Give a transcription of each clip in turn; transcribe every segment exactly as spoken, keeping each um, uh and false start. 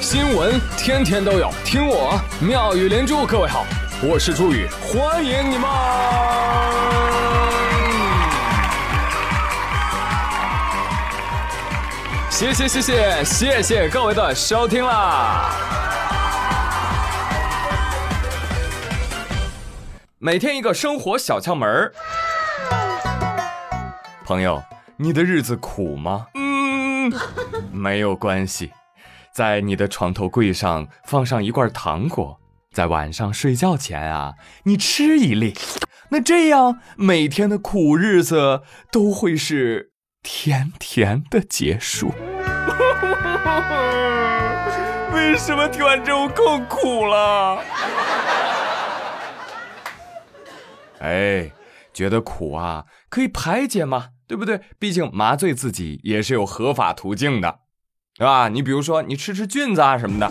新闻天天都有，听我妙语连珠。各位好，我是朱宇，欢迎你们。谢谢谢谢谢谢各位的收听啦！每天一个生活小窍门，朋友，你的日子苦吗？嗯，没有关系，在你的床头柜上放上一罐糖果，在晚上睡觉前啊，你吃一粒，那这样每天的苦日子都会是甜甜的结束。为什么听完之后更苦了？哎，觉得苦啊，可以排解嘛，对不对？毕竟麻醉自己也是有合法途径的，对吧？你比如说，你吃吃菌子啊什么的。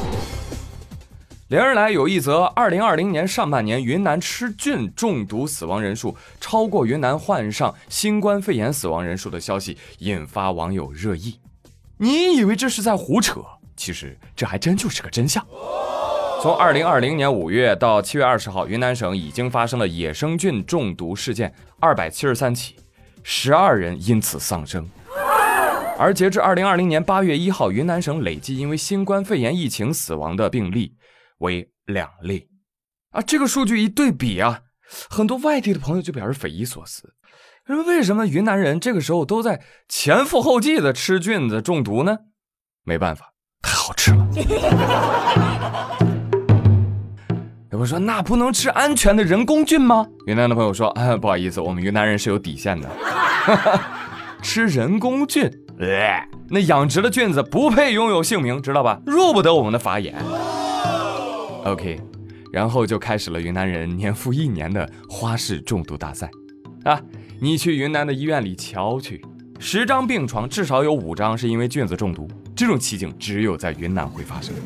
连日来有一则二零二零年上半年云南吃菌中毒死亡人数超过云南患上新冠肺炎死亡人数的消息，引发网友热议。你以为这是在胡扯，其实这还真就是个真相。从二零二零年五月到七月二十号，云南省已经发生了野生菌中毒事件二百七十三起，十二人因此丧生。而截至二零二零年八月一号，云南省累计因为新冠肺炎疫情死亡的病例为两例。啊，这个数据一对比啊，很多外地的朋友就表示匪夷所思。为什么云南人这个时候都在前赴后继的吃菌子中毒呢？没办法，太好吃了。我说那不能吃安全的人工菌吗？云南的朋友说、啊、不好意思，我们云南人是有底线的。吃人工菌、呃、那养殖的菌子不配拥有姓名，知道吧？入不得我们的法眼。 OK， 然后就开始了云南人年复一年的花式中毒大赛啊！你去云南的医院里瞧去，十张病床至少有五张是因为菌子中毒，这种奇景只有在云南会发生。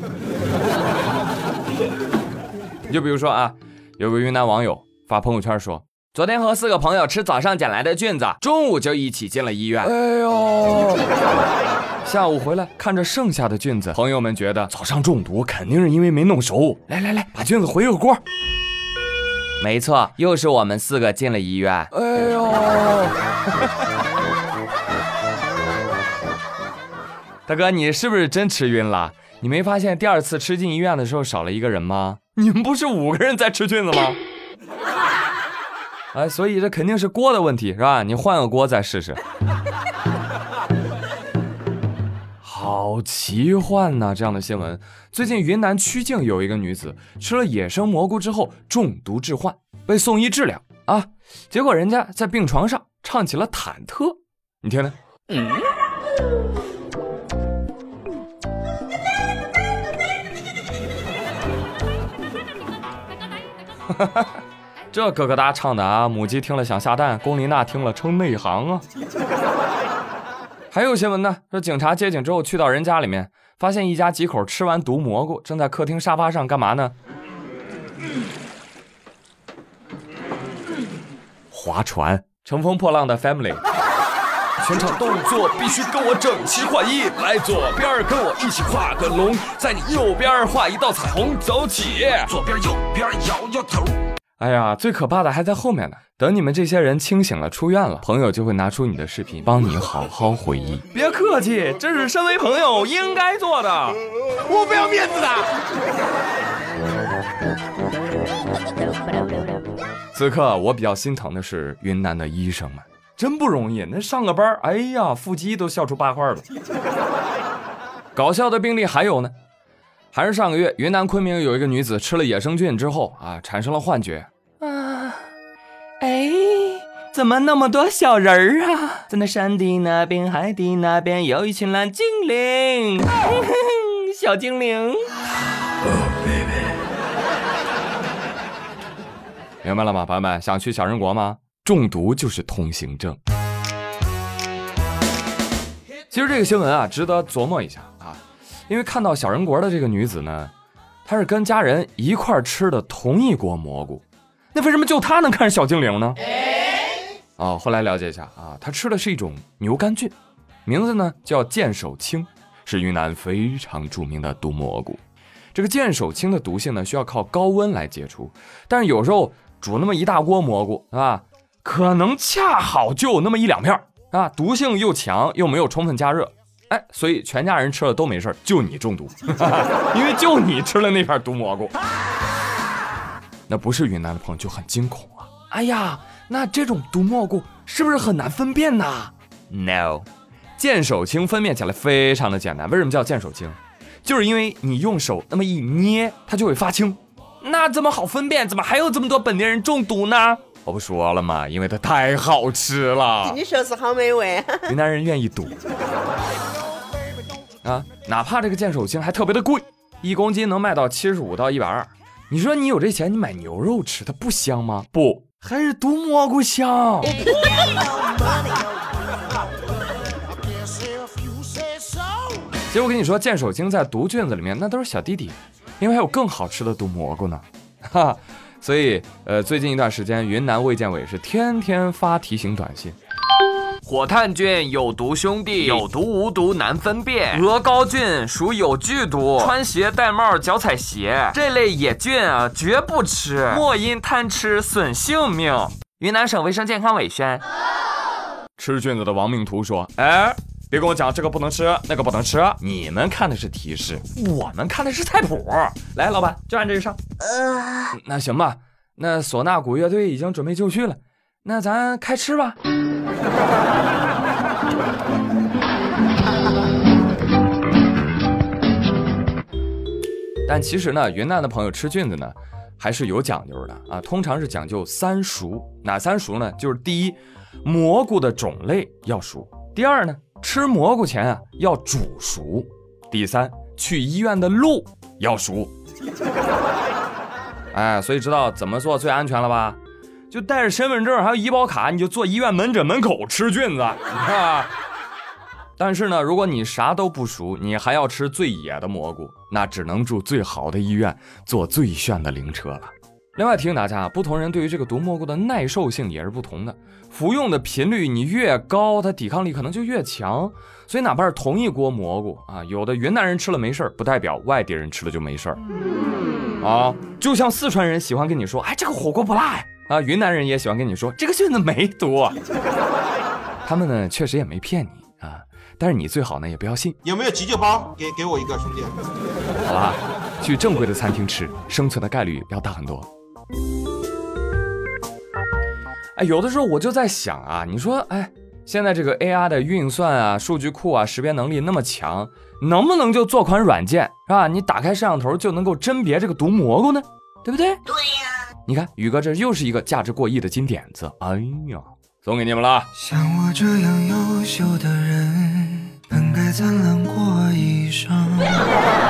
你就比如说啊，有个云南网友发朋友圈说，昨天和四个朋友吃早上捡来的菌子，中午就一起进了医院。哎呦，下午回来看着剩下的菌子，朋友们觉得早上中毒肯定是因为没弄熟，来来来，把菌子回个锅。没错，又是我们四个进了医院。哎呦，大哥，你是不是真吃晕了？你没发现第二次吃进医院的时候少了一个人吗？你们不是五个人在吃菌子吗？哎，所以这肯定是锅的问题，是吧？你换个锅再试试。好奇幻呐、啊！这样的新闻，最近云南曲靖有一个女子吃了野生蘑菇之后中毒致幻，被送医治疗啊，结果人家在病床上唱起了忐忑，你听听。嗯。这咯咯哒唱的啊，母鸡听了想下蛋，龚琳娜听了称内行啊。还有新闻呢，说警察接警之后去到人家里面，发现一家几口吃完毒蘑菇，正在客厅沙发上干嘛呢？划船，乘风破浪的 family。全场动作必须跟我整齐划一，来左边跟我一起画个龙，在你右边画一道彩虹，走起！左边右边摇摇头。哎呀，最可怕的还在后面呢。等你们这些人清醒了出院了，朋友就会拿出你的视频帮你好好回忆。别客气，这是身为朋友应该做的，我不要面子的。此刻我比较心疼的是云南的医生们，真不容易，那上个班，哎呀，腹肌都笑出八块了。搞笑的病例还有呢，还是上个月云南昆明有一个女子吃了野生菌之后啊，产生了幻觉啊，哎，怎么那么多小人儿啊？在那山的那边，海的那边，有一群蓝精灵，小精灵。明白了吗，朋友们？想去小人国吗？中毒就是通行证。其实这个新闻啊，值得琢磨一下啊，因为看到小人国的这个女子呢，她是跟家人一块吃的同一锅蘑菇，那为什么就她能看上小精灵呢？哦，后来了解一下啊，她吃的是一种牛肝菌，名字呢叫剑手青， 是云南非常著名的毒蘑菇。这个剑手青的毒性呢，需要靠高温来解除，但是有时候煮那么一大锅蘑菇啊，可能恰好就有那么一两片啊，毒性又强又没有充分加热，哎，所以全家人吃了都没事，就你中毒，因为就你吃了那片毒蘑菇。那不是云南的朋友就很惊恐啊，哎呀，那这种毒蘑菇是不是很难分辨呢？ No， 剑手青分辨起来非常的简单。为什么叫剑手青？就是因为你用手那么一捏，它就会发青。那怎么好分辨？怎么还有这么多本地人中毒呢？我不说了嘛，因为它太好吃了。 你说是好美味。 云南人愿意赌啊，哪怕这个剑手青还特别的贵，一公斤能卖到七十五到一百二。你说你有这钱，你买牛肉吃，它不香吗？不，还是毒蘑菇香。其实我跟你说，剑手青在毒菌子里面那都是小弟弟，因为还有更好吃的毒蘑菇呢，哈。所以，呃，最近一段时间，云南卫健委是天天发提醒短信。 火炭菌有毒兄弟，有毒无毒难分辨。鹅膏菌属有剧毒，穿鞋戴帽脚踩鞋，这类野菌啊绝不吃，莫因贪吃损性命。云南省卫生健康委宣。 吃菌子的亡命徒说：“哎，别跟我讲这个不能吃，那个不能吃，你们看的是提示，我们看的是菜谱。来，老板就按这个上。呃，那行吧，那唢呐鼓乐队已经准备就绪了，那咱开吃吧。”但其实呢，云南的朋友吃菌子呢，还是有讲究的啊。通常是讲究三熟，哪三熟呢？就是第一，蘑菇的种类要熟；第二呢，吃蘑菇前啊要煮熟；第三，去医院的路要熟。哎，所以知道怎么做最安全了吧？就带着身份证还有医保卡，你就坐医院门诊门口吃菌子啊。但是呢，如果你啥都不熟，你还要吃最野的蘑菇，那只能住最好的医院，坐最炫的灵车了。另外提醒大家，不同人对于这个毒蘑菇的耐受性也是不同的，服用的频率你越高，它抵抗力可能就越强。所以哪怕是同一锅蘑菇啊，有的云南人吃了没事，不代表外地人吃了就没事啊。就像四川人喜欢跟你说，哎，这个火锅不辣呀，啊，云南人也喜欢跟你说，这个菌子没毒。他们呢确实也没骗你啊，但是你最好呢也不要信。 有没有急救包？给给我一个，兄弟。 好吧，去正规的餐厅吃，生存的概率要大很多。哎，有的时候我就在想啊，你说，哎，现在这个 A I 的运算啊、数据库啊、识别能力那么强，能不能就做款软件是吧？你打开摄像头就能够甄别这个毒蘑菇呢？对不对？对呀。你看宇哥这又是一个价值过亿的金点子，哎呀，送给你们了。 像我这样优秀的人，本该灿烂过一生。